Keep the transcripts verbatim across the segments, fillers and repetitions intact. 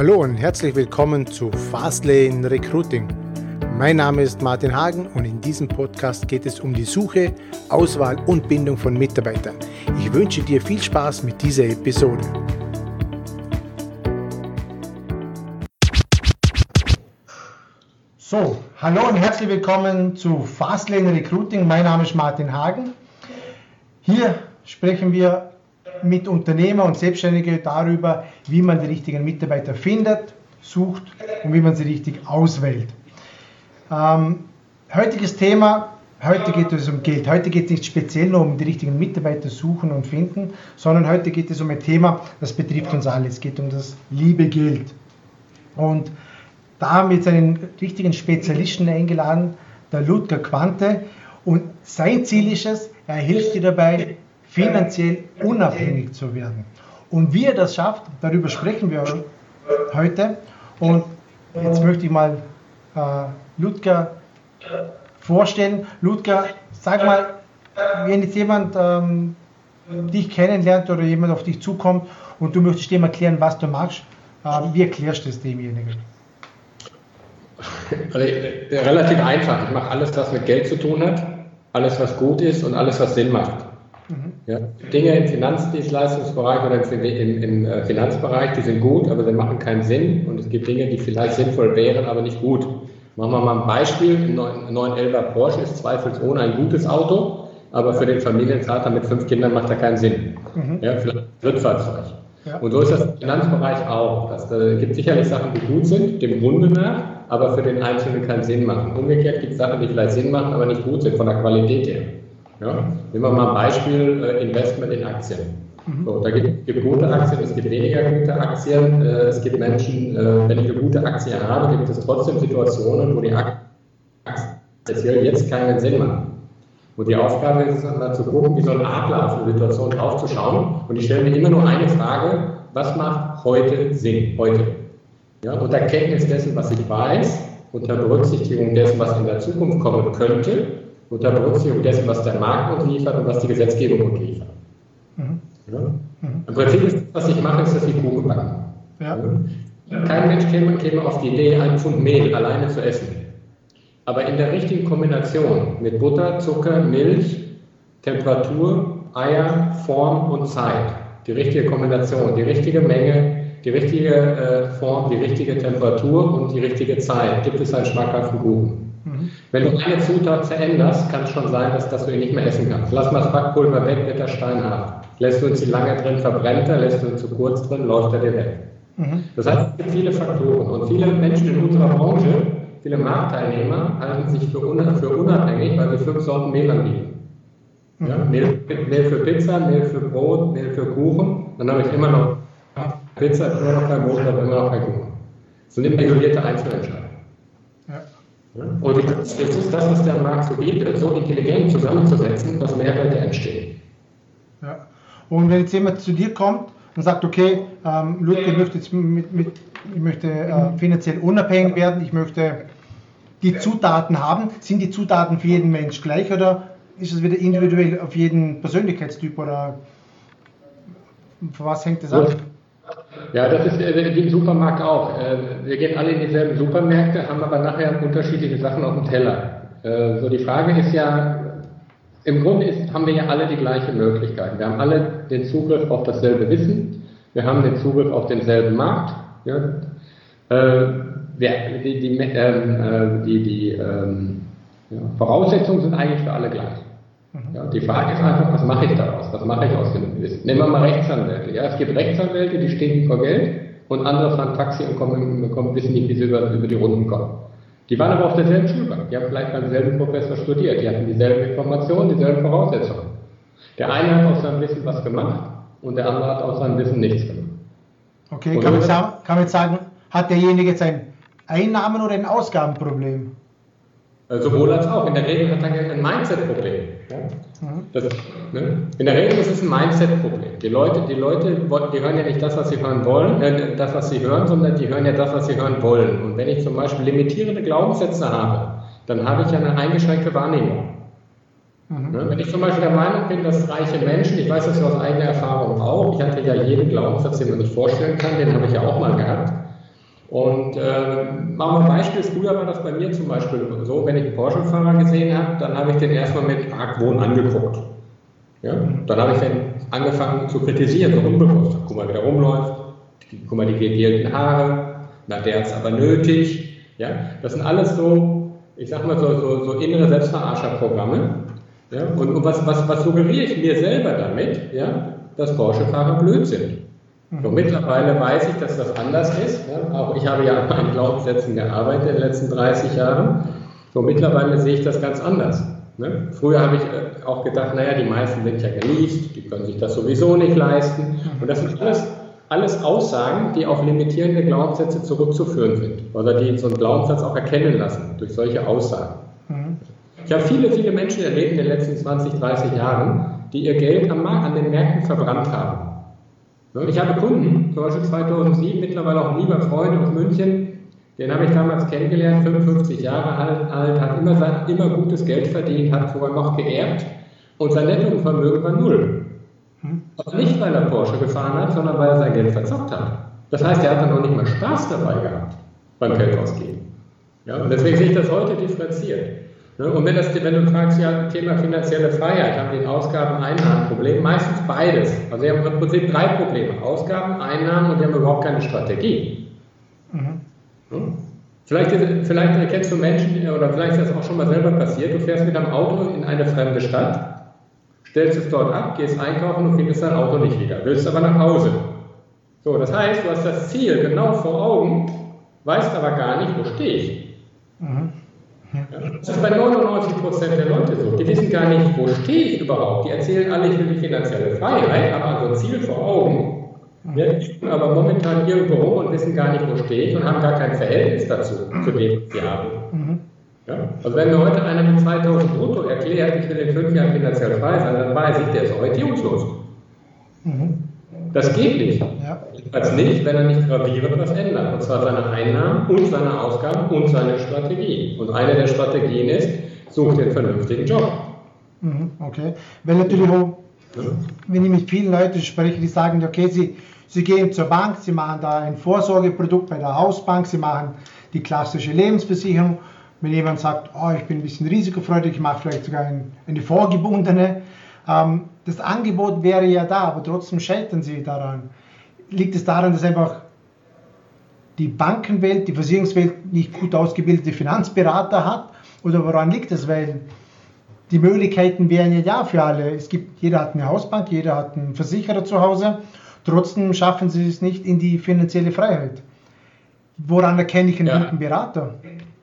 Hallo und herzlich willkommen zu Fastlane Recruiting. Mein Name ist Martin Hagen und in diesem Podcast geht es um die Suche, Auswahl und Bindung von Mitarbeitern. Ich wünsche dir viel Spaß mit dieser Episode. So, hallo und herzlich willkommen zu Fastlane Recruiting. Mein Name ist Martin Hagen. Hier sprechen wir mit Unternehmer und Selbstständige darüber, wie man die richtigen Mitarbeiter findet, sucht und wie man sie richtig auswählt. Ähm, heutiges Thema, heute geht es um Geld. Heute geht es nicht speziell nur um die richtigen Mitarbeiter suchen und finden, sondern heute geht es um ein Thema, das betrifft uns alle. Es geht um das liebe Geld. Und da haben wir jetzt einen richtigen Spezialisten eingeladen, der Ludger Quante. Und sein Ziel ist es, er hilft dir dabei, finanziell unabhängig zu werden. Und wie er das schafft, darüber sprechen wir heute. Und jetzt möchte ich mal äh, Ludger vorstellen. Ludger, sag mal, wenn jetzt jemand ähm, dich kennenlernt oder jemand auf dich zukommt und du möchtest dem erklären, was du machst, äh, wie erklärst du es demjenigen? Also, relativ einfach. Ich mache alles, was mit Geld zu tun hat, alles, was gut ist und alles, was Sinn macht. Mhm. Ja, Dinge im Finanzdienstleistungsbereich oder im, im, im Finanzbereich, die sind gut, aber sie machen keinen Sinn. Und es gibt Dinge, die vielleicht sinnvoll wären, aber nicht gut. Machen wir mal ein Beispiel. Ein neun elfer Porsche ist zweifelsohne ein gutes Auto, aber für den Familienvater mit fünf Kindern macht er keinen Sinn. Mhm. Ja, für ein Drittfahrzeug. Ja. Und so ist das im Finanzbereich auch. Es äh, gibt sicherlich Sachen, die gut sind, dem Grunde nach, aber für den Einzelnen keinen Sinn machen. Umgekehrt gibt es Sachen, die vielleicht Sinn machen, aber nicht gut sind von der Qualität her. Ja? Nehmen wir mal ein Beispiel, äh, Investment in Aktien. Mhm. So, da gibt es gute Aktien, es gibt weniger gute Aktien. Äh, es gibt Menschen, äh, wenn ich eine gute Aktie habe, gibt es trotzdem Situationen, wo die Aktien jetzt keinen Sinn machen. Und die Aufgabe ist es dann zu gucken, wie so ein Adler auf eine Situation draufzuschauen. Und ich stelle mir immer nur eine Frage: Was macht heute Sinn? Heute. Ja, unter Kenntnis dessen, was ich weiß, unter Berücksichtigung dessen, was in der Zukunft kommen könnte, unter Berücksichtigung dessen, was der Markt uns liefert und was die Gesetzgebung uns liefert. Mhm. Ja? Mhm. Im Prinzip ist das, was ich mache, ist, dass ich Kuchen backen. Ja. Ja? Kein Mensch käme, käme auf die Idee, ein Pfund Mehl alleine zu essen. Aber in der richtigen Kombination mit Butter, Zucker, Milch, Temperatur, Eier, Form und Zeit, die richtige Kombination, die richtige Menge, die richtige äh, Form, die richtige Temperatur und die richtige Zeit, gibt es einen schmackhaften Kuchen. Mhm. Wenn du eine Zutat veränderst, kann es schon sein, dass, dass du ihn nicht mehr essen kannst. Lass mal das Backpulver weg, wird er steinhart. Lässt du ihn zu lange drin, verbrennt er, lässt du ihn zu kurz drin, läuft er dir weg. Mhm. Das heißt, es gibt viele Faktoren und viele Menschen in unserer Branche, viele Marktteilnehmer halten sich für, un- für unabhängig, weil wir fünf Sorten Mehl anbieten. Mhm. Ja, Mehl, Mehl für Pizza, Mehl für Brot, Mehl für Kuchen. Dann habe ich immer noch Pizza, immer noch kein Brot, aber immer noch kein Kuchen. Das sind immer isolierte Einzelentscheidungen. Ja. Ja? Und jetzt ist das, was der Markt so bietet, so intelligent zusammenzusetzen, dass Mehrwerte entstehen. Ja. Und wenn jetzt jemand zu dir kommt und sagt, okay, ähm, Ludger, ich möchte, jetzt mit, mit, ich möchte äh, finanziell unabhängig werden, ich möchte die Zutaten haben, sind die Zutaten für jeden Mensch gleich oder ist es wieder individuell auf jeden Persönlichkeitstyp oder von was hängt das ab? Ja, das ist äh, wie im Supermarkt auch. Äh, wir gehen alle in dieselben Supermärkte, haben aber nachher unterschiedliche Sachen auf dem Teller. Äh, so die Frage ist ja, im Grunde ist, haben wir ja alle die gleiche Möglichkeit. Wir haben alle den Zugriff auf dasselbe Wissen, wir haben den Zugriff auf denselben Markt. Ja? Äh, wir, die die, äh, die, die ähm, ja, Voraussetzungen sind eigentlich für alle gleich. Ja, die Frage ist einfach, was mache ich daraus? Was mache ich aus dem Wissen? Nehmen wir mal Rechtsanwälte. Ja, es gibt Rechtsanwälte, die stehen vor Geld und andere fahren Taxi und kommen, kommen, wissen nicht, wie sie über, über die Runden kommen. Die waren aber auf derselben Schulbank. Die haben vielleicht beim selben Professor studiert. Die hatten dieselben Informationen, dieselben Voraussetzungen. Der eine hat aus seinem Wissen was gemacht und der andere hat aus seinem Wissen nichts gemacht. Okay, kann man, sagen, kann man jetzt sagen, hat derjenige jetzt ein Einnahmen- oder ein Ausgabenproblem? Sowohl als auch. In der Regel hat er ein Mindset-Problem. Ja? Das, ne? In der Regel ist es ein Mindset-Problem. Die Leute, die Leute, die hören ja nicht das, was sie hören wollen, äh, das, was sie hören, sondern die hören ja das, was sie hören wollen. Und wenn ich zum Beispiel limitierende Glaubenssätze habe, dann habe ich ja eine eingeschränkte Wahrnehmung. Mhm. Ne? Wenn ich zum Beispiel der Meinung bin, dass reiche Menschen, ich weiß das ja aus eigener Erfahrung auch, ich hatte ja jeden Glaubenssatz, den man sich vorstellen kann, den habe ich ja auch mal gehabt. Und äh, machen wir ein Beispiel, früher war das bei mir zum Beispiel so, wenn ich einen Porsche-Fahrer gesehen habe, dann habe ich den erstmal mit Argwohn angeguckt. Ja? Dann habe ich den angefangen zu kritisieren, so unbewusst. Guck mal, wie der rumläuft, guck mal, die gegelten Haare, na, der hat es aber nötig. Ja? Das sind alles so, ich sag mal, so, so, so innere Selbstverarscherprogramme. Ja? Und, und was, was, was suggeriere ich mir selber damit? Ja? Dass Porsche-Fahrer blöd sind. So, mittlerweile weiß ich, dass das anders ist. Ja? Auch ich habe ja an meinen Glaubenssätzen gearbeitet in den letzten dreißig Jahren. So, mittlerweile sehe ich das ganz anders. Ne? Früher habe ich äh, auch gedacht, naja, die meisten sind ja geleast, die können sich das sowieso nicht leisten. Und das sind alles, alles Aussagen, die auf limitierende Glaubenssätze zurückzuführen sind. Oder die so einen Glaubenssatz auch erkennen lassen durch solche Aussagen. Mhm. Ich habe viele, viele Menschen erlebt in den letzten zwanzig, dreißig Jahren, die ihr Geld am Markt, an den Märkten verbrannt haben. Ich habe Kunden, zum Beispiel zweitausendsieben, mittlerweile auch ein lieber Freund aus München, den habe ich damals kennengelernt, fünfundfünfzig Jahre alt, hat immer, sein, immer gutes Geld verdient, hat sogar noch geerbt und sein Nettovermögen war null. Aber nicht, weil er Porsche gefahren hat, sondern weil er sein Geld verzockt hat. Das heißt, er hat dann noch nicht mal Spaß dabei gehabt beim Geld ausgeben. Ja, und deswegen sehe ich das heute differenziert. Und wenn, das, wenn du fragst, ja, Thema finanzielle Freiheit, haben die ein Ausgaben-Einnahmen-Problem? Meistens beides. Also, sie haben im Prinzip drei Probleme: Ausgaben, Einnahmen und die haben überhaupt keine Strategie. Mhm. Vielleicht, vielleicht kennst du Menschen, oder vielleicht ist das auch schon mal selber passiert, du fährst mit deinem Auto in eine fremde Stadt, stellst es dort ab, gehst einkaufen und findest dein Auto nicht wieder, willst aber nach Hause. So, das heißt, du hast das Ziel genau vor Augen, weißt aber gar nicht, wo stehe ich. Mhm. Das ist bei neunundneunzig Prozent der Leute so. Die wissen gar nicht, wo stehe ich überhaupt. Die erzählen alle, ich will die finanzielle Freiheit, haben also ein Ziel vor Augen, ja, die aber momentan irgendwo rum und wissen gar nicht, wo stehe ich und haben gar kein Verhältnis dazu, zu dem, was sie haben. Ja? Also wenn mir heute einer mit zweitausend brutto erklärt, ich will in fünf Jahren finanziell frei sein, dann weiß ich, der ist orientierungslos. Mhm. Das geht nicht. Ja. Jedenfalls nicht, wenn er nicht gravierend was ändert. Und zwar seine Einnahmen und seine Ausgaben und seine Strategie. Und eine der Strategien ist, such den vernünftigen Job. Okay. Weil natürlich auch, wenn ich mit vielen Leuten spreche, die sagen, okay, sie, sie gehen zur Bank, sie machen da ein Vorsorgeprodukt bei der Hausbank, sie machen die klassische Lebensversicherung. Wenn jemand sagt, oh, ich bin ein bisschen risikofreudig, ich mache vielleicht sogar ein, eine vorgebundene, ähm, das Angebot wäre ja da, aber trotzdem scheitern sie daran. Liegt es daran, dass einfach die Bankenwelt, die Versicherungswelt nicht gut ausgebildete Finanzberater hat? Oder woran liegt es? Weil die Möglichkeiten wären ja da für alle. Es gibt, jeder hat eine Hausbank, jeder hat einen Versicherer zu Hause. Trotzdem schaffen sie es nicht in die finanzielle Freiheit. Woran erkenne ich einen ja. guten Berater?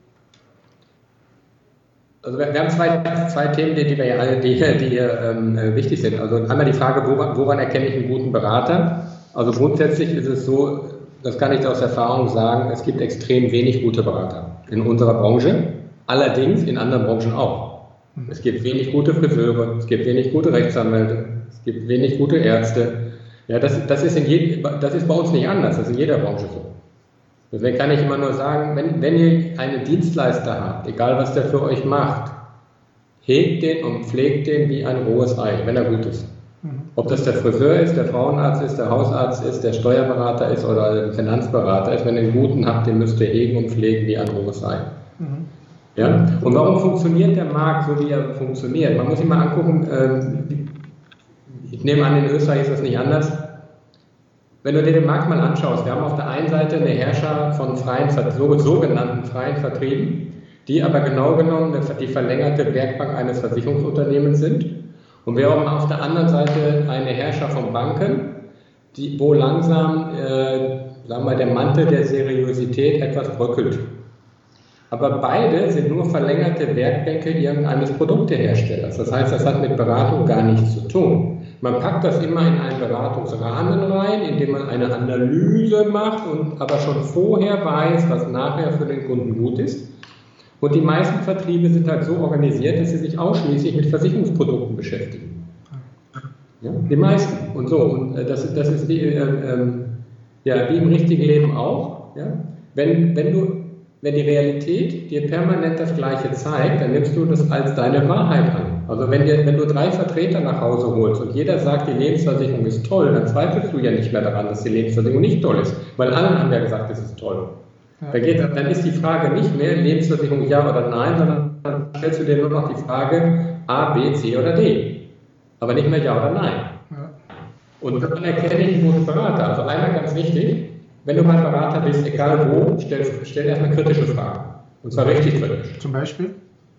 Also wir, wir haben zwei, zwei Themen, die, die wir ja alle, die, die hier ähm, wichtig sind. Also einmal die Frage, woran, woran erkenne ich einen guten Berater? Also grundsätzlich ist es so, das kann ich aus Erfahrung sagen, es gibt extrem wenig gute Berater in unserer Branche, allerdings in anderen Branchen auch. Es gibt wenig gute Friseure, es gibt wenig gute Rechtsanwälte, es gibt wenig gute Ärzte. Ja, das, das, ist in jedem, das ist bei uns nicht anders, das ist in jeder Branche so. Deswegen kann ich immer nur sagen, wenn, wenn ihr einen Dienstleister habt, egal was der für euch macht, hegt den und pflegt den wie ein rohes Ei, wenn er gut ist. Ob das der Friseur ist, der Frauenarzt ist, der Hausarzt ist, der Steuerberater ist oder der Finanzberater ist, wenn ihr einen guten habt, den müsst ihr hegen und pflegen wie ein rohes Ei. Mhm. Ja? Und warum funktioniert der Markt so, wie er funktioniert? Man muss sich mal angucken, ähm, ich nehme an, in Österreich ist das nicht anders. Wenn du dir den Markt mal anschaust, wir haben auf der einen Seite eine Herrscher von freien, sogenannten freien Vertrieben, die aber genau genommen die verlängerte Werkbank eines Versicherungsunternehmens sind. Und wir haben auf der anderen Seite eine Herrscher von Banken, die, wo langsam äh, sagen wir, der Mantel der Seriosität etwas bröckelt. Aber beide sind nur verlängerte Werkbänke irgendeines Produkteherstellers. Das heißt, das hat mit Beratung gar nichts zu tun. Man packt das immer in einen Beratungsrahmen rein, indem man eine Analyse macht und aber schon vorher weiß, was nachher für den Kunden gut ist. Und die meisten Vertriebe sind halt so organisiert, dass sie sich ausschließlich mit Versicherungsprodukten beschäftigen. Ja, die meisten. Und so. Und das, das ist wie, äh, äh, ja, wie im richtigen Leben auch. Ja? Wenn, wenn, du, wenn die Realität dir permanent das Gleiche zeigt, dann nimmst du das als deine Wahrheit an. Also wenn, dir, wenn du drei Vertreter nach Hause holst und jeder sagt, die Lebensversicherung ist toll, dann zweifelst du ja nicht mehr daran, dass die Lebensversicherung nicht toll ist. Weil alle haben ja gesagt, es ist toll. Ja. Da geht, dann ist die Frage nicht mehr Lebensversicherung ja oder nein, sondern dann stellst du dir nur noch die Frage A, B, C oder D. Aber nicht mehr ja oder nein. Ja. Und dann erkenne ich einen guten Berater. Also einmal ganz wichtig, wenn du mal Berater bist, egal wo, stell, stell erstmal kritische Fragen. Und zwar richtig kritisch. Zum Beispiel?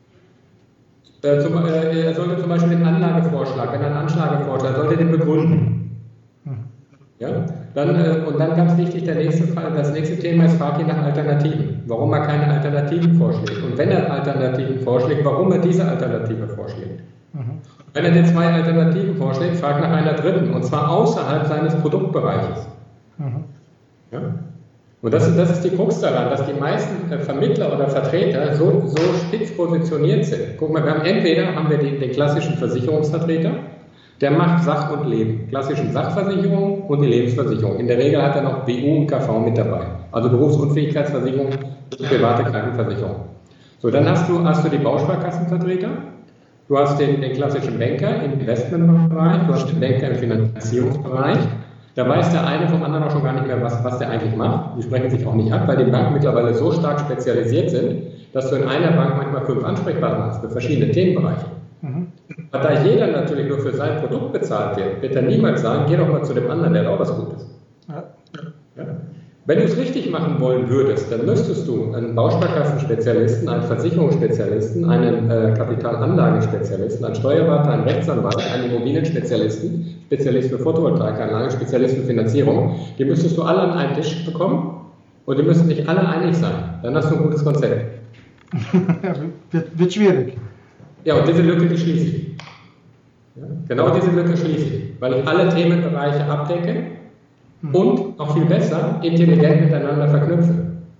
Äh, zum, äh, er sollte zum Beispiel den Anlagevorschlag, wenn er einen Anschlagevorschlag, sollte den begründen. Mhm. Ja? Dann, äh, und dann ganz wichtig, der nächste Fall, das nächste Thema ist, frag ihn nach Alternativen. Warum er keine Alternativen vorschlägt. Und wenn er Alternativen vorschlägt, warum er diese Alternative vorschlägt. Mhm. Wenn er dir zwei Alternativen vorschlägt, frag nach einer dritten. Und zwar außerhalb seines Produktbereiches. Mhm. Ja? Und das, das ist die Krux daran, dass die meisten äh, Vermittler oder Vertreter so, so spitz positioniert sind. Guck mal, wir haben entweder haben wir den, den klassischen Versicherungsvertreter, der macht Sach und Leben, klassischen Sachversicherung und die Lebensversicherung. In der Regel hat er noch B U und K V mit dabei, also Berufsunfähigkeitsversicherung und private Krankenversicherung. So, dann hast du, hast du die Bausparkassenvertreter, du hast den, den klassischen Banker im Investmentbereich, du hast den Banker im Finanzierungsbereich. Da weiß der eine vom anderen auch schon gar nicht mehr, was, was der eigentlich macht. Die sprechen sich auch nicht ab, weil die Banken mittlerweile so stark spezialisiert sind, dass du in einer Bank manchmal fünf Ansprechpartner hast für verschiedene Themenbereiche. Mhm. Aber da jeder natürlich nur für sein Produkt bezahlt wird, wird er niemals sagen, geh doch mal zu dem anderen, der hat auch was Gutes. Ja. Ja. Wenn du es richtig machen wollen würdest, dann müsstest du einen Bausparkassenspezialisten, einen Versicherungsspezialisten, einen äh, Kapitalanlagenspezialisten, einen Steuerberater, einen Rechtsanwalt, einen Immobilienspezialisten, Spezialist für Photovoltaikanlage, Spezialist für Finanzierung, die müsstest du alle an einen Tisch bekommen und die müssen sich alle einig sein. Dann hast du ein gutes Konzept. Ja, wird, wird schwierig. Ja, und diese Lücke, die schließe ich. Ja, genau diese Lücke schließe ich, weil ich alle Themenbereiche abdecke und, noch viel besser, intelligent miteinander verknüpfe.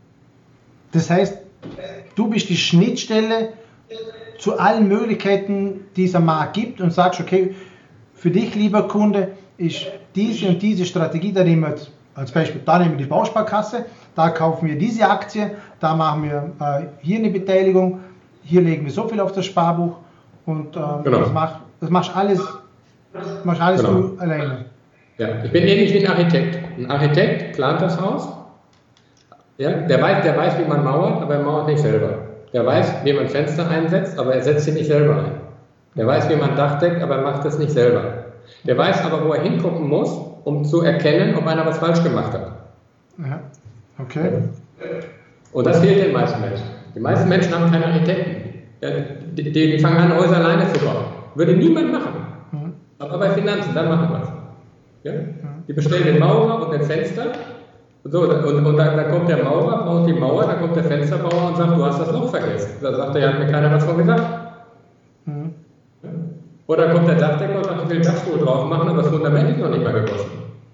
Das heißt, du bist die Schnittstelle zu allen Möglichkeiten, die es am Markt gibt und sagst, okay, für dich, lieber Kunde, ist diese und diese Strategie, da nehmen wir jetzt als Beispiel, da nehmen wir die Bausparkasse, da kaufen wir diese Aktie, da machen wir äh, hier eine Beteiligung, hier legen wir so viel auf das Sparbuch und äh, genau. das, mach, das machst alles, machst alles genau. du alleine. Ja, ich bin ähnlich wie ein Architekt. Ein Architekt plant das Haus, ja, der, weiß, der weiß, wie man mauert, aber er mauert nicht selber. Der weiß, wie man Fenster einsetzt, aber er setzt sie nicht selber ein. Der weiß, wie man Dach deckt, aber er macht das nicht selber. Der weiß aber, wo er hingucken muss, um zu erkennen, ob einer was falsch gemacht hat. Ja, okay. Und das fehlt den meisten Menschen. Die meisten Menschen haben keine Architekten. Ja, die, die, die fangen an, Häuser alleine zu bauen. Würde niemand machen. Mhm. Aber bei Finanzen, dann machen wir es. Ja? Mhm. Die bestellen den Maurer und den Fenster. Und, so, und, und dann, dann kommt der Maurer, baut die Mauer, dann kommt der Fensterbauer und sagt, du hast das Loch vergessen. Da sagt er, ja, hat mir keiner was von gesagt. Mhm. Ja? Oder kommt der Dachdecker und sagt, ich will den Dachstuhl drauf machen, aber das Fundament ist noch nicht mal gegossen.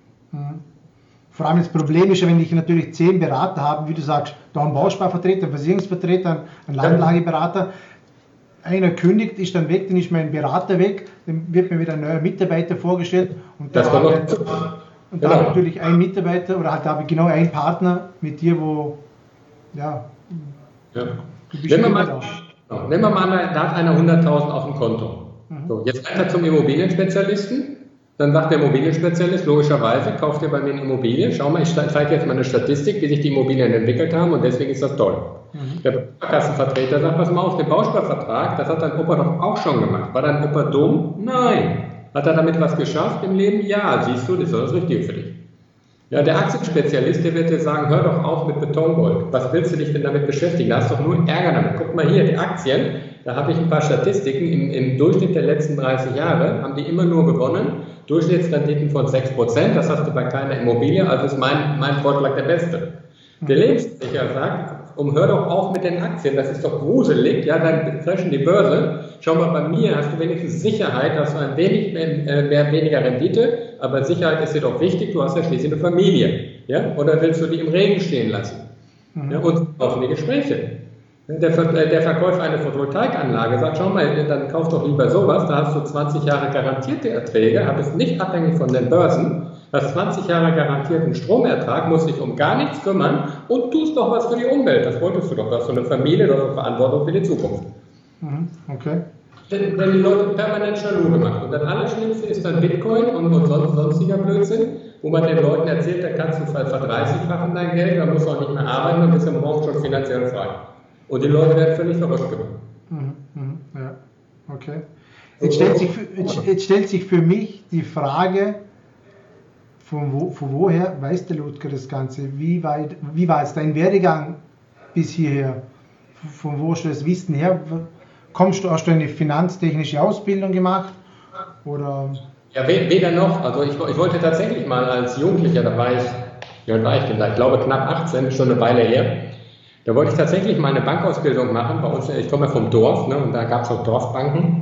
Vor allem das Problem ist ja, wenn ich natürlich zehn Berater habe, wie du sagst, da ein Bausparvertreter, ein Versicherungsvertreter, ein Landanlageberater, einer kündigt, ist dann weg, dann ist mein Berater weg, dann wird mir wieder ein neuer Mitarbeiter vorgestellt und da habe ich, und da genau. habe natürlich einen Mitarbeiter oder halt habe ich genau einen Partner mit dir, wo, ja, ja. Nehmen wir mal, nehmen wir mal, da hat einer hunderttausend auf dem Konto. Mhm. So, jetzt geht er zum Immobilienspezialisten. Dann sagt der Immobilienspezialist, logischerweise, kauft ihr bei mir eine Immobilie. Schau mal, ich zeige jetzt mal eine Statistik, wie sich die Immobilien entwickelt haben und deswegen ist das toll. Mhm. Der Bausparkassenvertreter sagt, pass mal auf, den Bausparvertrag, das hat dein Opa doch auch schon gemacht. War dein Opa dumm? Nein. Hat er damit was geschafft im Leben? Ja, siehst du, das ist das Richtige für dich. Ja, der Aktienspezialist, der wird dir sagen, hör doch auf mit Betongold. Was willst du dich denn damit beschäftigen? Da hast doch nur Ärger damit. Guck mal hier, die Aktien, da habe ich ein paar Statistiken. Im, im Durchschnitt der letzten dreißig Jahre haben die immer nur gewonnen. Durchschnittsrenditen von sechs Prozent, das hast du bei keiner Immobilie, also ist mein, mein Vorschlag der beste. Der Lebensversicherer sagt, um hör doch auf mit den Aktien, das ist doch gruselig, ja, dann crashen die Börse. Schau mal, bei mir hast du wenigstens Sicherheit, hast du ein wenig mehr, mehr, weniger Rendite, aber Sicherheit ist dir doch wichtig, du hast ja schließlich eine Familie, ja, oder willst du die im Regen stehen lassen? Ja, und offene Gespräche. Der, der Verkäufer einer Photovoltaikanlage sagt, schau mal, dann kauf doch lieber sowas, da hast du zwanzig Jahre garantierte Erträge, bist nicht abhängig von den Börsen, hast zwanzig Jahre garantierten Stromertrag, musst dich um gar nichts kümmern und tust doch was für die Umwelt. Das wolltest du doch, du hast so eine Familie, du hast eine Verantwortung für die Zukunft. Okay. Denn, denn die Leute permanent Jaloux gemacht. Und das Allerschlimmste ist dann Bitcoin und, und sonst, sonstiger Blödsinn, wo man den Leuten erzählt, da kannst du verdreißigfachen dein Geld, dann musst du auch nicht mehr arbeiten und bist am Morgen schon finanziell frei. Und die Leute werden völlig verrückt gemacht. Mhm, mhm, ja, okay. Jetzt stellt, sich, jetzt, jetzt stellt sich für mich die Frage, von, wo, von woher weiß der Ludger das Ganze? Wie, weit, wie war jetzt dein Werdegang bis hierher? Von wo hast du das Wissen her? Kommst du, hast du eine finanztechnische Ausbildung gemacht? Oder? Ja, weder noch. Also ich, ich wollte tatsächlich mal als Jugendlicher, da war ich, wie alt war ich denn da? Ich glaube knapp achtzehn, schon eine Weile her. Da wollte ich tatsächlich mal eine Bankausbildung machen. Bei uns, ich komme ja vom Dorf, ne, und da gab es auch Dorfbanken.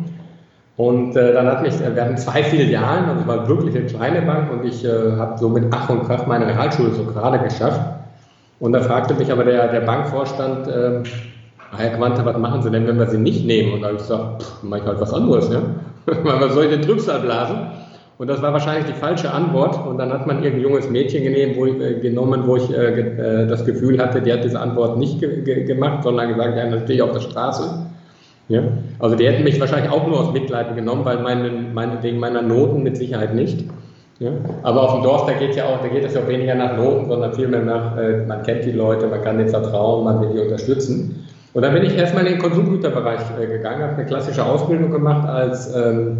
Und äh, dann hat mich, wir hatten zwei Filialen, also es war wirklich eine kleine Bank und ich äh, habe so mit Ach und Krach meine Realschule so gerade geschafft. Und da fragte mich aber der, der Bankvorstand, äh, Herr Quante, was machen Sie denn, wenn wir Sie nicht nehmen? Und da habe ich gesagt, pff, mach ich halt was anderes, ja. Was soll ich den Trübsal blasen? Und das war wahrscheinlich die falsche Antwort. Und dann hat man irgendein junges Mädchen genommen, wo ich, äh, genommen, wo ich äh, äh, das Gefühl hatte, die hat diese Antwort nicht ge ge gemacht, sondern gesagt, ja, dann stehe ich auf der Straße. Ja? Also die hätten mich wahrscheinlich auch nur aus Mitleid genommen, weil meine, meine, wegen meiner Noten mit Sicherheit nicht. Ja? Aber auf dem Dorf, da geht ja auch, da geht es ja auch weniger nach Noten, sondern vielmehr nach, äh, man kennt die Leute, man kann denen vertrauen, man will die unterstützen. Und dann bin ich erstmal in den Konsumgüterbereich äh, gegangen, habe eine klassische Ausbildung gemacht als ähm,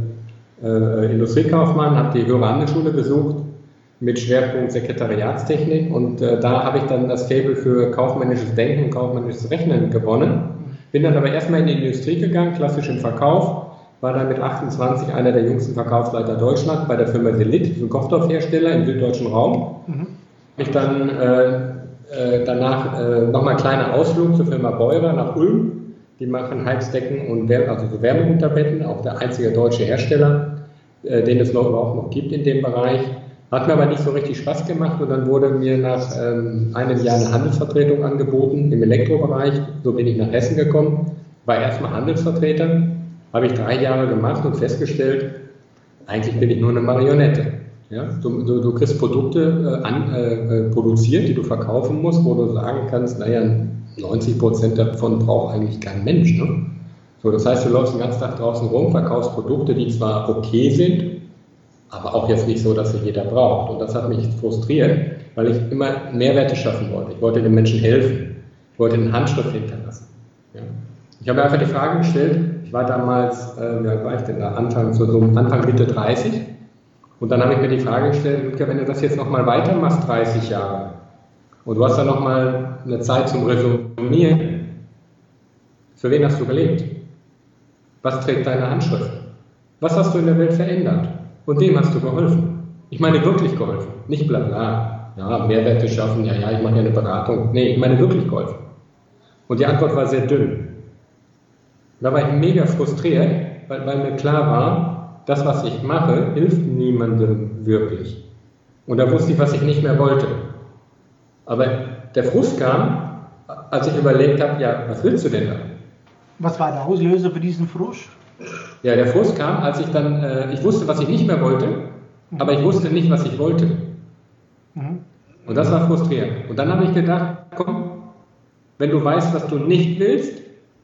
äh, Industriekaufmann, habe die Höhere Handelsschule besucht mit Schwerpunkt Sekretariatstechnik und äh, da habe ich dann das Faible für kaufmännisches Denken und kaufmännisches Rechnen gewonnen. Bin dann aber erstmal in die Industrie gegangen, klassisch im Verkauf, war dann mit achtundzwanzig einer der jüngsten Verkaufsleiter Deutschland bei der Firma Selit, ein Kochtopfhersteller im süddeutschen Raum. Mhm. Ich dann äh, äh, danach äh, nochmal einen kleinen Ausflug zur Firma Beurer nach Ulm. Die machen Heizdecken und Wär also so Wärmeunterbetten, auch der einzige deutsche Hersteller, äh, den es noch überhaupt noch gibt in dem Bereich. Hat mir aber nicht so richtig Spaß gemacht und dann wurde mir nach ähm, einem Jahr eine Handelsvertretung angeboten im Elektrobereich. So bin ich nach Hessen gekommen, war erstmal Handelsvertreter, habe ich drei Jahre gemacht und festgestellt, eigentlich bin ich nur eine Marionette. Ja? Du, du, du kriegst Produkte äh, an, äh, produziert, die du verkaufen musst, wo du sagen kannst, naja, neunzig Prozent davon braucht eigentlich kein Mensch. Ne? So, das heißt, du läufst den ganzen Tag draußen rum, verkaufst Produkte, die zwar okay sind, aber auch jetzt nicht so, dass sie jeder braucht. Und das hat mich frustriert, weil ich immer Mehrwerte schaffen wollte. Ich wollte den Menschen helfen. Ich wollte eine Handschrift hinterlassen. Ja. Ich habe mir einfach die Frage gestellt, ich war damals, äh, wie alt war ich denn da? Anfang, so, so Anfang Mitte dreißig. Und dann habe ich mir die Frage gestellt, Ludger, wenn du das jetzt nochmal weitermachst, dreißig Jahre, und du hast dann nochmal eine Zeit zum Resümieren, für wen hast du gelebt? Was trägt deine Handschrift? Was hast du in der Welt verändert? Und wem hast du geholfen? Ich meine wirklich geholfen, nicht bla bla. Ja, Mehrwerte schaffen, ja, ja, ich mache ja eine Beratung. Nee, ich meine wirklich geholfen. Und die Antwort war sehr dünn. Da war ich mega frustriert, weil, weil mir klar war, das, was ich mache, hilft niemandem wirklich. Und da wusste ich, was ich nicht mehr wollte. Aber der Frust kam, als ich überlegt habe, ja, was willst du denn da? Was war der Auslöser für diesen Frust? Ja, der Frust kam, als ich dann, äh, ich wusste, was ich nicht mehr wollte, mhm. aber ich wusste nicht, was ich wollte. Mhm. Und das war frustrierend. Und dann habe ich gedacht, komm, wenn du weißt, was du nicht willst,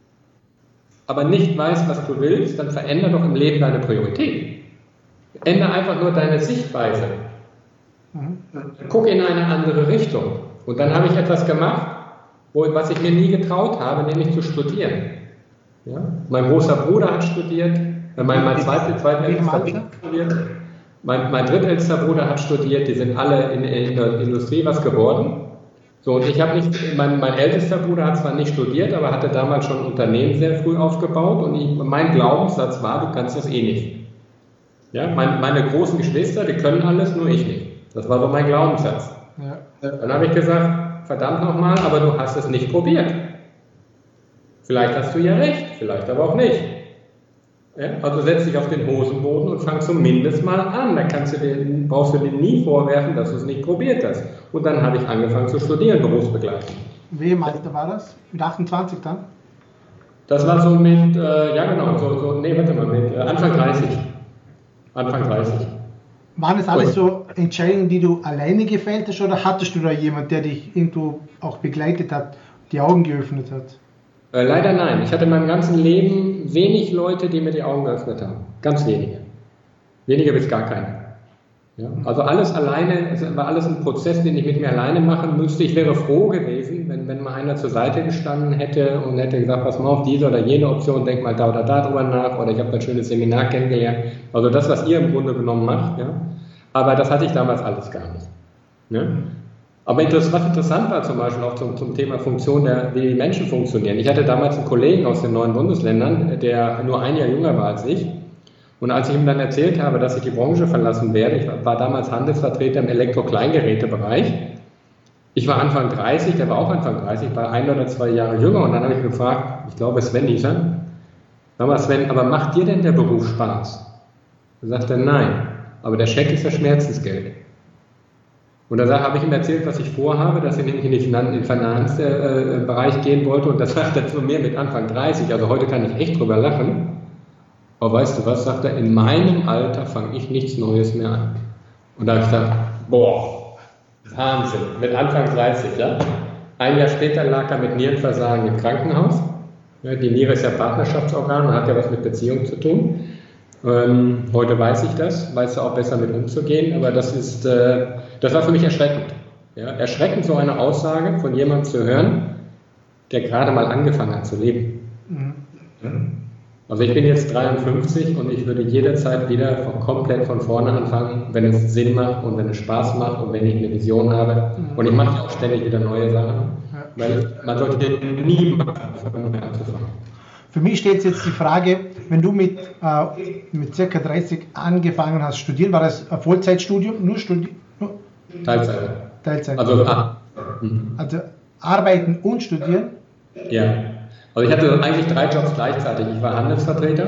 aber nicht weißt, was du willst, dann verändere doch im Leben deine Priorität. Ändere einfach nur deine Sichtweise. Mhm. Guck in eine andere Richtung. Und dann habe ich etwas gemacht, wo, was ich mir nie getraut habe, nämlich zu studieren. Ja? Mein großer Bruder hat studiert, äh, mein, mein zweiter zweitältester hat studiert, mein, mein drittältester Bruder hat studiert, die sind alle in, in der Industrie was geworden. So, und ich habe nicht, mein, mein ältester Bruder hat zwar nicht studiert, aber hatte damals schon ein Unternehmen sehr früh aufgebaut und ich, mein Glaubenssatz war, du kannst das eh nicht. Ja? Mein, meine großen Geschwister, die können alles, nur ich nicht. Das war so mein Glaubenssatz. Ja. Dann habe ich gesagt, verdammt nochmal, aber du hast es nicht probiert. Vielleicht hast du ja recht, vielleicht aber auch nicht. Ja? Also setz dich auf den Hosenboden und fang zumindest mal an. Da kannst du dir, brauchst du dir nie vorwerfen, dass du es nicht probiert hast. Und dann habe ich angefangen zu studieren, berufsbegleitend. Wie im Alter war das? Mit achtundzwanzig dann? Das war so mit, äh, ja genau, so, so, nee, warte mal, mit äh, Anfang dreißig. Anfang dreißig. Waren es alles so Entscheidungen, die du alleine gefällt hast, oder hattest du da jemanden, der dich irgendwo auch begleitet hat, die Augen geöffnet hat? Äh, leider nein. Ich hatte in meinem ganzen Leben wenig Leute, die mir die Augen geöffnet haben. Ganz wenige. Weniger bis gar keine. Ja, also alles alleine, es war alles ein Prozess, den ich mit mir alleine machen müsste. Ich wäre froh gewesen, wenn, wenn mal einer zur Seite gestanden hätte und hätte gesagt, pass mal auf diese oder jene Option, denk mal da oder da drüber nach, oder ich habe ein schönes Seminar kennengelernt. Also das, was ihr im Grunde genommen macht. Ja. Aber das hatte ich damals alles gar nicht. Ja. Aber was interessant war zum Beispiel auch zum, zum Thema Funktion, der, wie die Menschen funktionieren. Ich hatte damals einen Kollegen aus den neuen Bundesländern, der nur ein Jahr jünger war als ich. Und als ich ihm dann erzählt habe, dass ich die Branche verlassen werde, ich war damals Handelsvertreter im Elektro-Kleingerätebereich. Ich war Anfang dreißig, der war auch Anfang dreißig, war ein oder zwei Jahre jünger. Und dann habe ich gefragt, ich glaube Sven hieß er, sag mal Sven, aber macht dir denn der Beruf Spaß? Da sagt er, nein, aber der Scheck ist das Schmerzensgeld. Und da habe ich ihm erzählt, was ich vorhabe, dass ich nämlich in den Finanzbereich gehen wollte. Und das sagt er zu mir mit Anfang dreißig, also heute kann ich echt drüber lachen. Aber weißt du was, sagt er, in meinem Alter fange ich nichts Neues mehr an. Und da habe ich gedacht, boah, Wahnsinn, mit Anfang dreißig, ja. Ein Jahr später lag er mit Nierenversagen im Krankenhaus. Ja, die Niere ist ja Partnerschaftsorgan und hat ja was mit Beziehung zu tun. Ähm, heute weiß ich das, weiß auch besser mit umzugehen, aber das ist, äh, das war für mich erschreckend. Ja, erschreckend, so eine Aussage von jemandem zu hören, der gerade mal angefangen hat zu leben. Mhm. Ja. Also ich bin jetzt dreiundfünfzig und ich würde jederzeit wieder von, komplett von vorne anfangen, wenn es Sinn macht und wenn es Spaß macht und wenn ich eine Vision habe. Und ich mache auch ständig wieder neue Sachen, weil man sollte nie machen, anzufangen. Für mich steht jetzt die Frage, wenn du mit, äh, mit circa dreißig angefangen hast zu studieren, war das ein Vollzeitstudium? Nur Studium? Teilzeit. Teilzeit. Also, ah. also arbeiten und studieren? Ja. Also ich hatte eigentlich drei Jobs gleichzeitig. Ich war Handelsvertreter,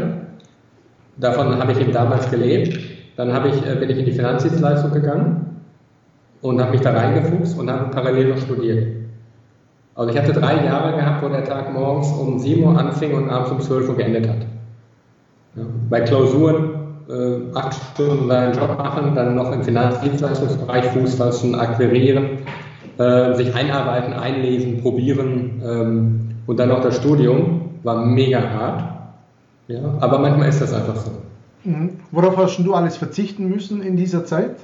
davon habe ich eben damals gelebt. Dann habe ich, bin ich in die Finanzdienstleistung gegangen und habe mich da reingefuchst und habe parallel noch studiert. Also ich hatte drei Jahre gehabt, wo der Tag morgens um sieben Uhr anfing und abends um zwölf Uhr geendet hat. Ja. Bei Klausuren äh, acht Stunden seinen Job machen, dann noch im Finanzdienstleistungsbereich Fuß fassen, akquirieren, äh, sich einarbeiten, einlesen, probieren. Ähm, Und dann noch das Studium, war mega hart, ja, aber manchmal ist das einfach so. Mhm. Worauf hast du alles verzichten müssen in dieser Zeit?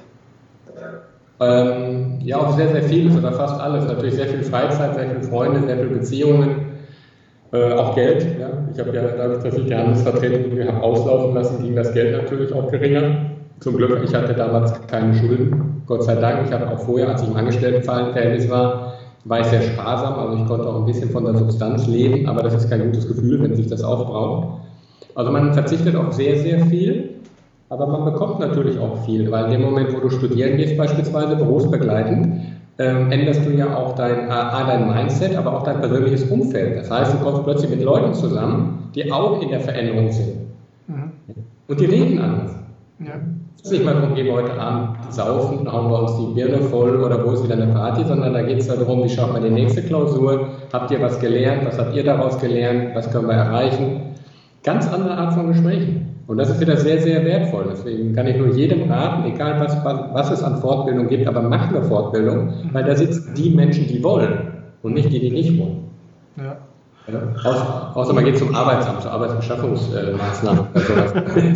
Ähm, ja, auf sehr, sehr vieles oder fast alles. Natürlich sehr viel Freizeit, sehr viele Freunde, sehr viele Beziehungen, äh, auch Geld. Ja. Ich habe ja, dadurch, dass ich die Handelsvertretung habe auslaufen lassen, ging das Geld natürlich auch geringer. Zum Glück, ich hatte damals keine Schulden, Gott sei Dank. Ich habe auch vorher, als ich im Angestelltenverhältnis war, war ich sehr sparsam, also ich konnte auch ein bisschen von der Substanz leben, aber das ist kein gutes Gefühl, wenn sich das aufbraucht. Also man verzichtet auf sehr, sehr viel, aber man bekommt natürlich auch viel, weil in dem Moment, wo du studieren gehst, beispielsweise berufsbegleitend, ähm, änderst du ja auch dein, A, dein Mindset, aber auch dein persönliches Umfeld. Das heißt, du kommst plötzlich mit Leuten zusammen, die auch in der Veränderung sind. Mhm. Und die reden anders. Ja. Es ist nicht mal darum, gehen wir heute Abend saufen, hauen wir uns die Birne voll oder wo ist wieder eine Party, sondern da geht es darum, wie schaut man die nächste Klausur, habt ihr was gelernt, was habt ihr daraus gelernt, was können wir erreichen. Ganz andere Art von Gesprächen. Und das ist wieder sehr, sehr wertvoll. Deswegen kann ich nur jedem raten, egal was, was es an Fortbildung gibt, aber macht eine Fortbildung, weil da sitzen die Menschen, die wollen und nicht die, die nicht wollen. Ja. Ja, außer, außer man geht zum Arbeitsamt, zur Arbeitsbeschaffungsmaßnahmen oder sowas.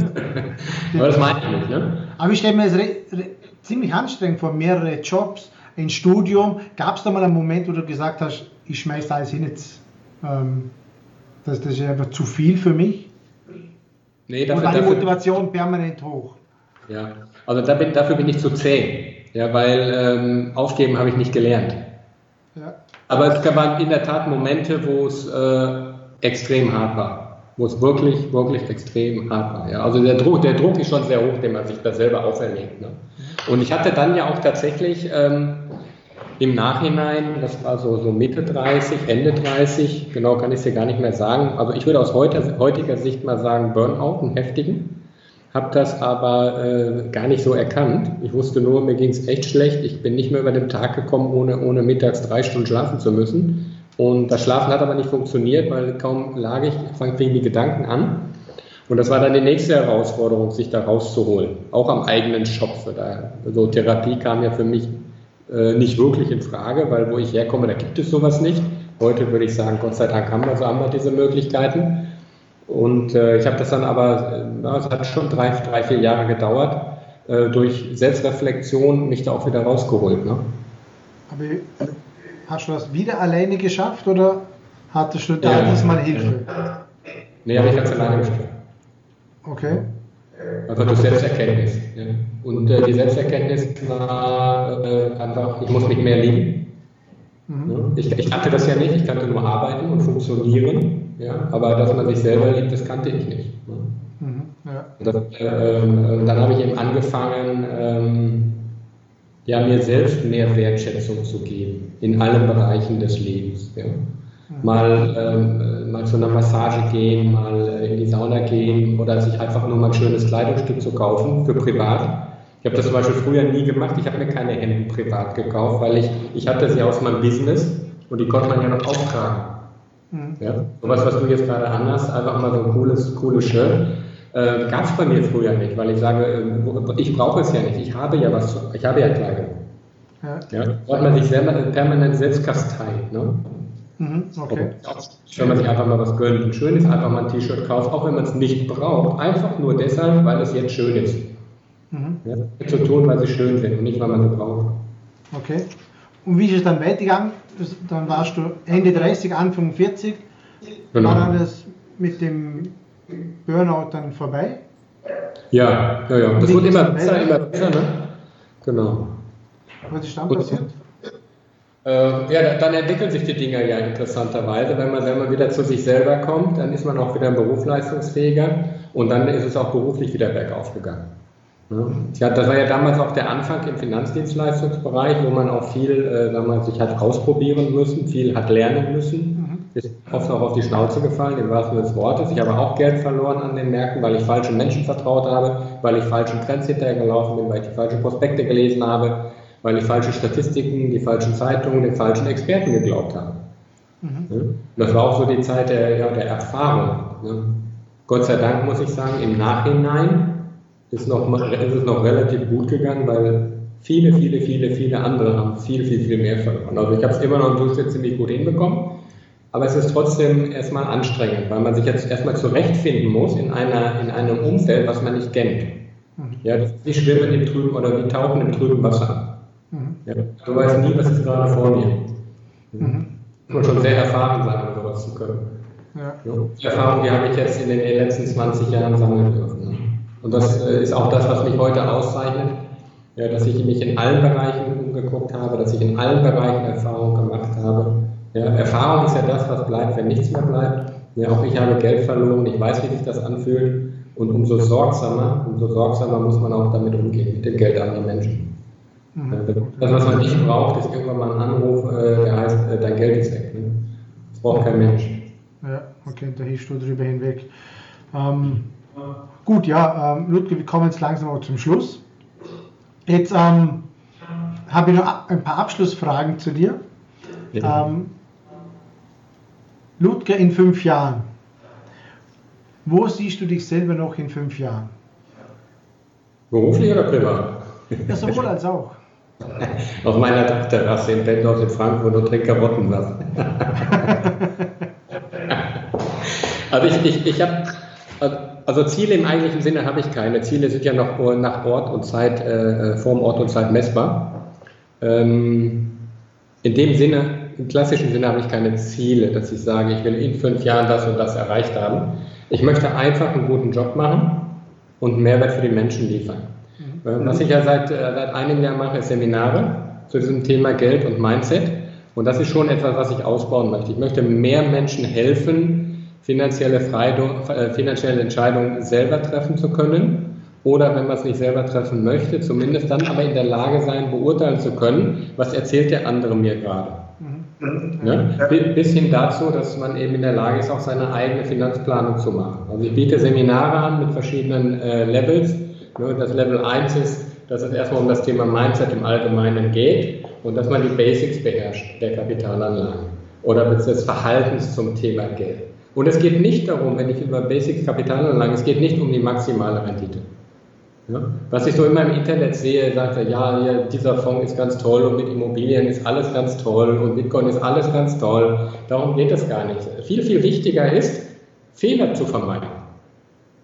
Aber das meine ich nicht, ne? Aber ich stelle mir das re, re, ziemlich anstrengend vor, mehrere Jobs, ein Studium. Gab es da mal einen Moment, wo du gesagt hast, ich schmeiße alles hin jetzt, ähm, das, das ist einfach zu viel für mich? Nee, dafür, und war die Motivation dafür, permanent hoch? Ja, also da bin, dafür bin ich zu zäh, ja, weil ähm, aufgeben habe ich nicht gelernt. Ja. Aber es gab in der Tat Momente, wo es äh, extrem hart war, wo es wirklich, wirklich extrem hart war. Ja. Also der Druck, der Druck ist schon sehr hoch, den man sich da selber auferlegt. Ne? Und ich hatte dann ja auch tatsächlich ähm, im Nachhinein, das war so, so Mitte dreißig, Ende dreißig, genau kann ich es dir gar nicht mehr sagen, also ich würde aus heutiger, heutiger Sicht mal sagen Burnout, einen heftigen. Habe das aber äh, gar nicht so erkannt. Ich wusste nur, mir ging es echt schlecht. Ich bin nicht mehr über den Tag gekommen, ohne, ohne mittags drei Stunden schlafen zu müssen. Und das Schlafen hat aber nicht funktioniert, weil kaum lag ich, fingen die Gedanken an. Und das war dann die nächste Herausforderung, sich da rauszuholen. Auch am eigenen Schopf. Da, so Therapie kam ja für mich äh, nicht wirklich in Frage, weil wo ich herkomme, da gibt es sowas nicht. Heute würde ich sagen, Gott sei Dank haben wir so haben wir diese Möglichkeiten. Und äh, ich habe das dann aber, äh, es hat schon drei, drei, vier Jahre gedauert, äh, durch Selbstreflexion mich da auch wieder rausgeholt. Ne? Aber hast du das wieder alleine geschafft oder hattest du da ja, diesmal Hilfe? Nee, habe ich ganz alleine geschafft. Okay. Also durch Selbsterkenntnis. Ja. Und äh, die Selbsterkenntnis war äh, einfach, ich muss mich mehr lieben. Mhm. Ja. Ich, ich kannte das ja nicht, ich kannte nur arbeiten und funktionieren. Ja. Aber dass man sich selber liebt, das kannte ich nicht. Ja. Mhm. Ja. Das, äh, dann habe ich eben angefangen, ähm, ja, mir selbst mehr Wertschätzung zu geben in allen Bereichen des Lebens. Ja. Mal, ähm, mal zu einer Massage gehen, mal in die Sauna gehen oder sich einfach nur mal ein schönes Kleidungsstück zu kaufen für privat. Ich habe das zum Beispiel früher nie gemacht, ich habe mir keine Hemden privat gekauft, weil ich, ich hatte sie aus meinem Business und die konnte man ja noch auftragen. Mhm. Ja? Sowas, was du jetzt gerade anhast, einfach mal so ein cooles, cooles Shirt, äh, gab es bei mir früher nicht, weil ich sage, äh, ich brauche es ja nicht, ich habe ja was, ich habe ja Kleidung. Ja. Ja? Da hat man sich selber permanent selbst kasteit. Ne? Okay. Wenn man sich einfach mal was gönnt und schön ist, einfach mal ein T-Shirt kauft, auch wenn man es nicht braucht, einfach nur deshalb, weil es jetzt schön ist. Mhm. Ja, zu tun, weil sie schön sind und nicht, weil man sie braucht. Okay. Und wie ist es dann weitergegangen? Dann warst du Ende dreißig, Anfang vierzig. Genau. War dann das mit dem Burnout dann vorbei? Ja, ja, ja. Das wird immer besser, immer besser, ne? Genau. Was ist dann passiert? Äh, ja, dann entwickeln sich die Dinger ja interessanterweise. Wenn man, wenn man wieder zu sich selber kommt, dann ist man auch wieder berufsleistungsfähiger und dann ist es auch beruflich wieder bergauf gegangen. Ja, das war ja damals auch der Anfang im Finanzdienstleistungsbereich, wo man auch viel äh, sagen wir, sich hat ausprobieren müssen, viel hat lernen müssen. Ist oft auch auf die Schnauze gefallen, im wahrsten Sinne des Wortes. Ich habe auch Geld verloren an den Märkten, weil ich falschen Menschen vertraut habe, weil ich falschen Trends hinterhergelaufen bin, weil ich die falschen Prospekte gelesen habe, weil ich falsche Statistiken, die falschen Zeitungen, den falschen Experten geglaubt habe. Mhm. Ja, das war auch so die Zeit der, ja, der Erfahrung. Ja. Gott sei Dank muss ich sagen, im Nachhinein ist, noch, ist es noch relativ gut gegangen, weil viele, viele, viele, viele andere haben viel, viel, viel mehr verloren. Also ich habe es immer noch im Durchschnitt ziemlich gut hinbekommen, aber es ist trotzdem erstmal anstrengend, weil man sich jetzt erstmal zurechtfinden muss in, einer, in einem Umfeld, was man nicht kennt. Mhm. Ja, das ist wie Schwimmen im trüben oder wie Tauchen im trüben Wasser. Ja, du weißt nie, was ist gerade vor dir. Mhm. Muss man schon sehr erfahren sein, um sowas zu können. Ja. Die Erfahrung, die habe ich jetzt in den letzten zwanzig Jahren sammeln dürfen. Und das ist auch das, was mich heute auszeichnet, ja, dass ich mich in allen Bereichen umgeguckt habe, dass ich in allen Bereichen Erfahrung gemacht habe. Ja, Erfahrung ist ja das, was bleibt, wenn nichts mehr bleibt. Ja, auch ich habe Geld verloren, ich weiß, wie sich das anfühlt. Und umso sorgsamer, umso sorgsamer muss man auch damit umgehen, mit dem Geld anderer Menschen. Das, was man nicht braucht, ist irgendwann mal ein Anruf, äh, der heißt, äh, dein Geld ist weg. Ne? Das braucht kein Mensch. Ja, okay, da hilfst du drüber hinweg. Ähm, gut, ja, ähm, Ludger, wir kommen jetzt langsam auch zum Schluss. Jetzt ähm, habe ich noch ein paar Abschlussfragen zu dir. Ja. Ähm, Ludger, in fünf Jahren. Wo siehst du dich selber noch in fünf Jahren? Beruflich oder privat? Ja, sowohl als auch. Auf meiner Dachterrasse in Bendorf in Frankfurt und trinke Karottensaft. Also ich, ich, ich habe, also Ziele im eigentlichen Sinne habe ich keine. Ziele sind ja noch nach Ort und Zeit, äh, vorm Ort und Zeit messbar. Ähm, in dem Sinne, im klassischen Sinne habe ich keine Ziele, dass ich sage, ich will in fünf Jahren das und das erreicht haben. Ich möchte einfach einen guten Job machen und einen Mehrwert für die Menschen liefern. Was ich ja seit, seit einem Jahr mache, ist Seminare zu diesem Thema Geld und Mindset. Und das ist schon etwas, was ich ausbauen möchte. Ich möchte mehr Menschen helfen, finanzielle, Freidung, äh, finanzielle Entscheidungen selber treffen zu können. Oder wenn man es nicht selber treffen möchte, zumindest dann aber in der Lage sein, beurteilen zu können, was erzählt der andere mir gerade. Mhm. Ja? Bis hin dazu, dass man eben in der Lage ist, auch seine eigene Finanzplanung zu machen. Also ich biete Seminare an mit verschiedenen äh, Levels. Das Level eins ist, dass es erstmal um das Thema Mindset im Allgemeinen geht und dass man die Basics beherrscht der Kapitalanlagen oder des Verhaltens zum Thema Geld. Und es geht nicht darum, wenn ich über Basics Kapitalanlagen, es geht nicht um die maximale Rendite. Ja? Was ich so immer im Internet sehe, sagt er, ja, hier, dieser Fonds ist ganz toll und mit Immobilien ist alles ganz toll und Bitcoin ist alles ganz toll. Darum geht es gar nicht. Viel, viel wichtiger ist, Fehler zu vermeiden.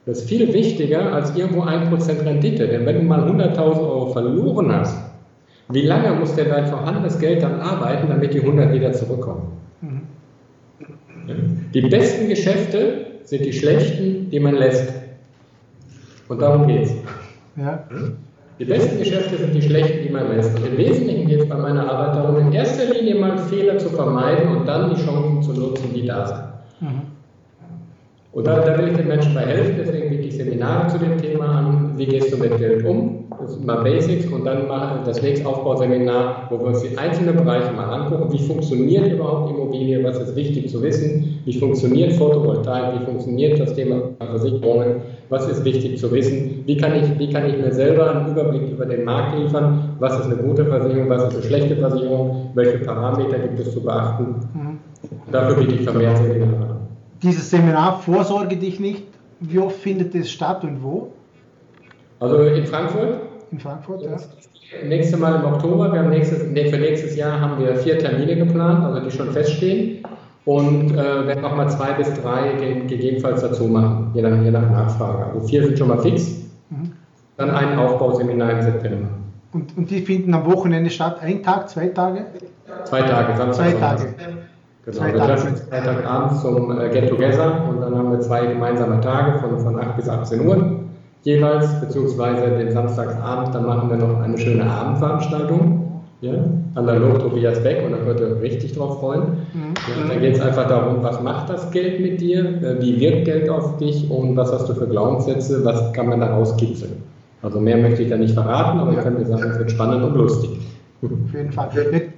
Das ist viel wichtiger als irgendwo ein Prozent Rendite. Denn wenn du mal hunderttausend Euro verloren hast, wie lange muss denn dein vorhandenes Geld dann arbeiten, damit die hundert wieder zurückkommen? Mhm. Ja? Die besten Geschäfte sind die schlechten, die man lässt. Und darum geht es. Ja. Die besten Geschäfte sind die schlechten, die man lässt. Und im Wesentlichen geht es bei meiner Arbeit darum, in erster Linie mal Fehler zu vermeiden und dann die Chancen zu nutzen, die da sind. Mhm. Und da, da will ich den Menschen bei helfen, deswegen biete ich Seminare zu dem Thema an. Wie gehst du mit Geld um? Das sind mal Basics und dann mal das nächste Aufbauseminar, wo wir uns die einzelnen Bereiche mal angucken. Wie funktioniert überhaupt Immobilie? Was ist wichtig zu wissen? Wie funktioniert Photovoltaik? Wie funktioniert das Thema Versicherungen? Was ist wichtig zu wissen? Wie kann ich, wie kann ich mir selber einen Überblick über den Markt liefern? Was ist eine gute Versicherung? Was ist eine schlechte Versicherung? Welche Parameter gibt es zu beachten? Mhm. Dafür biete ich vermehrt Seminare an. Dieses Seminar Vorsorge dich nicht, wie oft findet es statt und wo? Also in Frankfurt. In Frankfurt, ja. Nächstes Mal im Oktober. Wir haben nächstes, nee, für nächstes Jahr haben wir vier Termine geplant, also die schon feststehen. Und äh, werden noch mal zwei bis drei gegebenenfalls dazu machen, je nach, je nach Nachfrage. Also vier sind schon mal fix. Mhm. Dann ein Aufbauseminar im September. Und, und die finden am Wochenende statt? Ein Tag, zwei Tage? Zwei Tage, Samstag. Zwei Tage. Genau, wir treffen uns Freitagabend zum äh, Get Together und dann haben wir zwei gemeinsame Tage von, von acht bis achtzehn Uhr jeweils, beziehungsweise den Samstagsabend, dann machen wir noch eine schöne Abendveranstaltung, ja, analog Tobias Beck, und da könnt ihr euch richtig drauf freuen. Mhm. Ja, da geht es einfach darum, was macht das Geld mit dir, äh, wie wirkt Geld auf dich und was hast du für Glaubenssätze, was kann man daraus kitzeln. Also mehr möchte ich da nicht verraten, aber ich kann dir sagen, es wird spannend und lustig. Auf jeden Fall.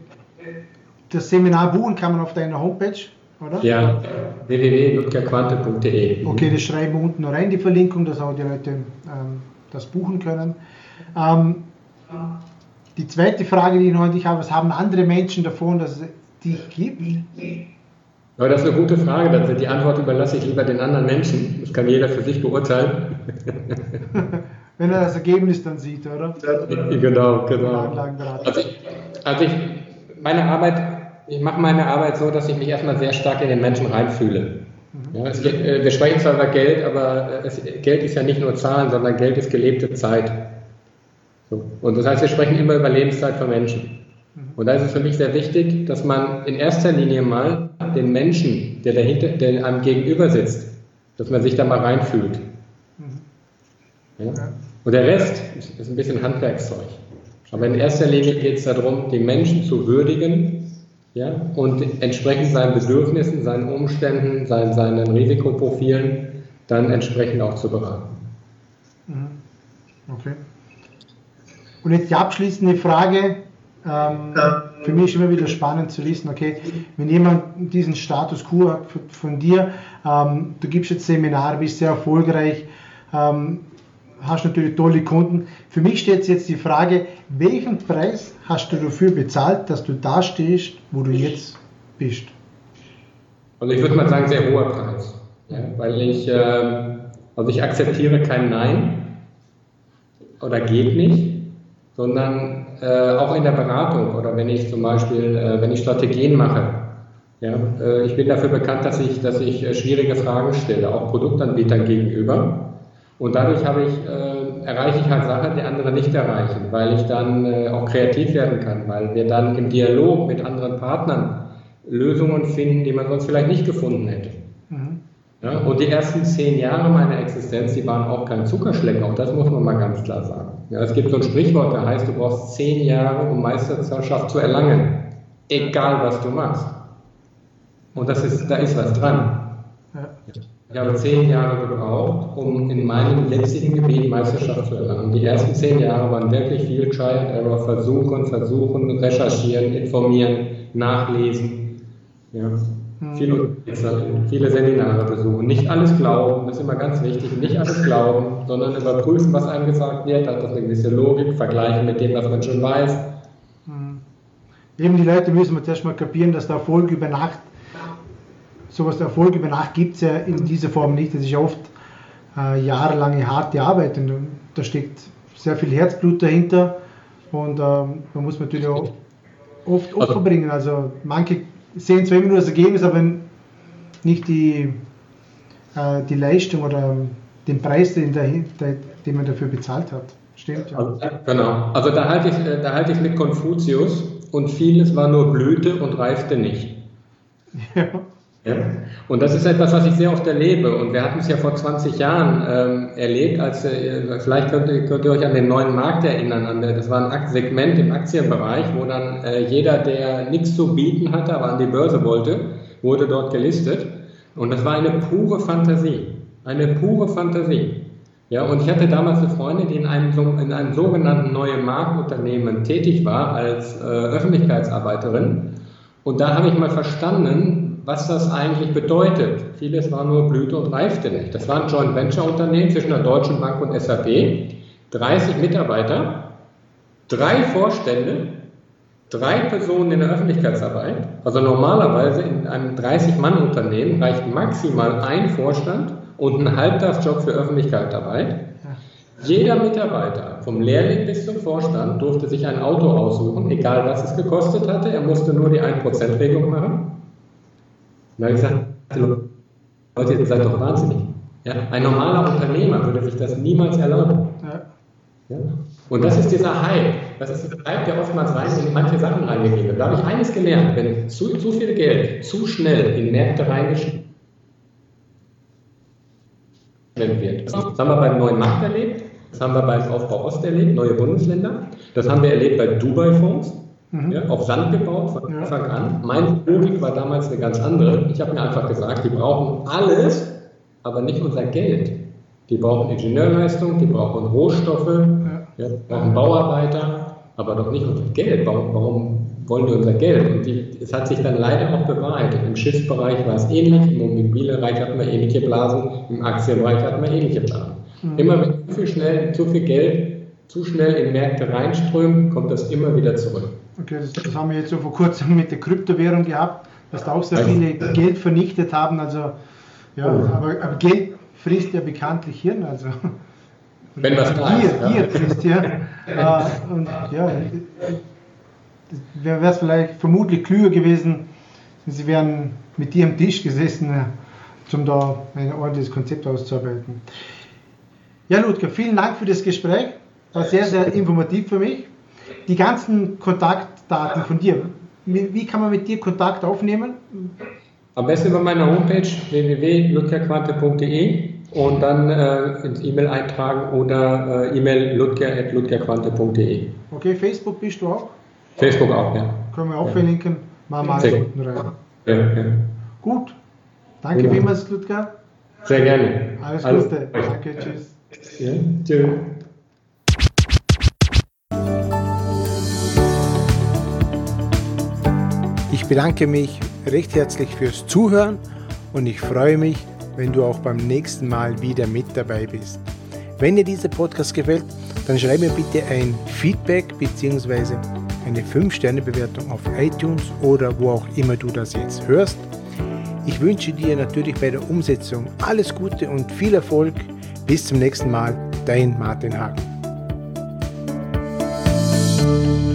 Das Seminar buchen kann man auf deiner Homepage, oder? Ja, w w w punkt ludger quante punkt d e. Okay, das schreiben wir unten rein, die Verlinkung, dass auch die Leute ähm, das buchen können. Ähm, die zweite Frage, die ich noch an dich habe, was haben andere Menschen davon, dass es dich gibt? Aber das ist eine gute Frage. Die Antwort überlasse ich lieber den anderen Menschen. Das kann jeder für sich beurteilen. Wenn er das Ergebnis dann sieht, oder? Genau, genau. Also ich, also ich, meine Arbeit, ich mache meine Arbeit so, dass ich mich erstmal sehr stark in den Menschen reinfühle. Ja, es, wir sprechen zwar über Geld, aber es, Geld ist ja nicht nur Zahlen, sondern Geld ist gelebte Zeit. So. Und das heißt, wir sprechen immer über Lebenszeit von Menschen. Und da ist es für mich sehr wichtig, dass man in erster Linie mal den Menschen, der dahinter, der einem gegenüber sitzt, dass man sich da mal reinfühlt. Ja? Und der Rest ist, ist ein bisschen Handwerkszeug. Aber in erster Linie geht es darum, die Menschen zu würdigen, ja, und entsprechend seinen Bedürfnissen, seinen Umständen, seinen, seinen Risikoprofilen dann entsprechend auch zu beraten. Okay. Und jetzt die abschließende Frage. Ähm, für mich ist immer wieder spannend zu wissen, okay, wenn jemand diesen Status quo hat von dir, ähm, du gibst jetzt Seminare, bist sehr erfolgreich, ähm, hast natürlich tolle Kunden. Für mich steht jetzt die Frage, welchen Preis hast du dafür bezahlt, dass du da stehst, wo du jetzt bist? Also ich würde mal sagen, sehr hoher Preis, ja, weil ich, äh, also ich akzeptiere kein Nein oder geht nicht, sondern äh, auch in der Beratung oder wenn ich zum Beispiel, äh, wenn ich Strategien mache. Ja, äh, ich bin dafür bekannt, dass ich, dass ich äh, schwierige Fragen stelle, auch Produktanbietern gegenüber. Und dadurch habe ich, äh, erreiche ich halt Sachen, die andere nicht erreichen, weil ich dann äh, auch kreativ werden kann, weil wir dann im Dialog mit anderen Partnern Lösungen finden, die man sonst vielleicht nicht gefunden hätte. Mhm. Ja, und die ersten zehn Jahre meiner Existenz, die waren auch kein Zuckerschlecken, auch das muss man mal ganz klar sagen. Ja, es gibt so ein Sprichwort, da heißt, du brauchst zehn Jahre, um Meisterschaft zu erlangen, egal was du machst. Und das ist, da ist was dran. Ja. Ich habe zehn Jahre gebraucht, um in meinem jetzigen Gebiet Meisterschaft zu erlangen. Die ersten zehn Jahre waren wirklich viel Try and Error, versuchen, versuchen, recherchieren, informieren, nachlesen. Ja. Mhm. Viele, viele Seminare besuchen. Nicht alles glauben, das ist immer ganz wichtig. Nicht alles glauben, sondern überprüfen, was einem gesagt wird. Hat das eine gewisse Logik, vergleichen mit dem, was man schon weiß. Mhm. Eben die Leute müssen wir zuerst mal kapieren, dass der Erfolg über Nacht sowas der Erfolg über Nacht gibt es ja in dieser Form nicht. Das ist ja oft äh, jahrelange harte Arbeit und da steckt sehr viel Herzblut dahinter und ähm, man muss natürlich auch oft Opfer also, bringen. Also manche sehen zwar immer nur das Ergebnis, aber nicht die, äh, die Leistung oder den Preis, den, der, den man dafür bezahlt hat. Stimmt, ja. Also, genau. Also da halte ich, da halte ich mit Konfuzius und vieles war nur Blüte und reifte nicht. Ja. Ja. Und das ist etwas, was ich sehr oft erlebe. Und wir hatten es ja vor zwanzig Jahren ähm, erlebt, als äh, vielleicht könnt ihr, könnt ihr euch an den neuen Markt erinnern. An der, das war ein Segment im Aktienbereich, wo dann äh, jeder, der nichts zu bieten hatte, aber an die Börse wollte, wurde dort gelistet. Und das war eine pure Fantasie. Eine pure Fantasie. Ja, und ich hatte damals eine Freundin, die in einem, in einem sogenannten neuen Marktunternehmen tätig war als äh, Öffentlichkeitsarbeiterin. Und da habe ich mal verstanden, was das eigentlich bedeutet. Vieles war nur Blüte und reifte nicht. Das war ein Joint Venture Unternehmen zwischen der Deutschen Bank und S A P. dreißig Mitarbeiter, drei Vorstände, drei Personen in der Öffentlichkeitsarbeit. Also normalerweise in einem dreißig Mann Unternehmen reicht maximal ein Vorstand und ein Halbtagsjob für Öffentlichkeitsarbeit. Jeder Mitarbeiter, vom Lehrling bis zum Vorstand, durfte sich ein Auto aussuchen, egal was es gekostet hatte. Er musste nur die ein Prozent Regelung machen. Und dann habe ich gesagt, Leute, ihr seid doch wahnsinnig. Ja? Ein normaler Unternehmer würde sich das niemals erlauben. Ja? Und das ist dieser Hype. Das ist dieser Hype, der oftmals rein in manche Sachen reingegeben wird. Da habe ich eines gelernt, wenn zu, zu viel Geld zu schnell in Märkte reingeschrieben wird. Das haben wir beim neuen Markt erlebt, das haben wir beim Aufbau Ost erlebt, neue Bundesländer. Das haben wir erlebt bei Dubai-Fonds. Mhm. Ja, auf Sand gebaut von Anfang an. Meine Logik war damals eine ganz andere. Ich habe mir einfach gesagt, die brauchen alles, aber nicht unser Geld. Die brauchen Ingenieurleistung, die brauchen Rohstoffe, ja. Ja, die brauchen Bauarbeiter, aber doch nicht unser Geld. Warum, warum wollen wir unser Geld? Und die, es hat sich dann leider auch bewahrheitet. Im Schiffsbereich war es ähnlich, im Immobilienbereich hatten wir ähnliche Blasen, im Aktienbereich hatten wir ähnliche Blasen. Mhm. Immer wenn zu viel, schnell, zu viel Geld zu schnell in Märkte reinströmt, kommt das immer wieder zurück. Okay, das, das haben wir jetzt so vor kurzem mit der Kryptowährung gehabt, dass da auch sehr viele Geld vernichtet haben. Also, ja, aber, aber Geld frisst ja bekanntlich Hirn. Also, wenn was da Gier, ist. Ja. Gier frisst, ja. äh, und ja, wäre es vielleicht vermutlich klüger gewesen, sie wären mit dir am Tisch gesessen, um da ein ordentliches Konzept auszuarbeiten. Ja, Ludger, vielen Dank für das Gespräch. War sehr, sehr informativ für mich. Die ganzen Kontaktdaten von dir, wie kann man mit dir Kontakt aufnehmen? Am besten über meine Homepage w w w punkt ludger quante punkt d e und dann äh, ins E-Mail eintragen oder äh, E-Mail ludger at ludger quante punkt d e. Okay, Facebook bist du auch? Facebook auch, ja. Können wir auch ja. verlinken. Machen wir alles unten rein. Ja, ja. Gut. Danke ja. vielmals, Ludger. Sehr gerne. Alles, alles Gute. Danke, tschüss. Ja, tschüss. Ich bedanke mich recht herzlich fürs Zuhören und ich freue mich, wenn du auch beim nächsten Mal wieder mit dabei bist. Wenn dir dieser Podcast gefällt, dann schreib mir bitte ein Feedback bzw. eine fünf Sterne Bewertung auf iTunes oder wo auch immer du das jetzt hörst. Ich wünsche dir natürlich bei der Umsetzung alles Gute und viel Erfolg. Bis zum nächsten Mal, dein Martin Hagen.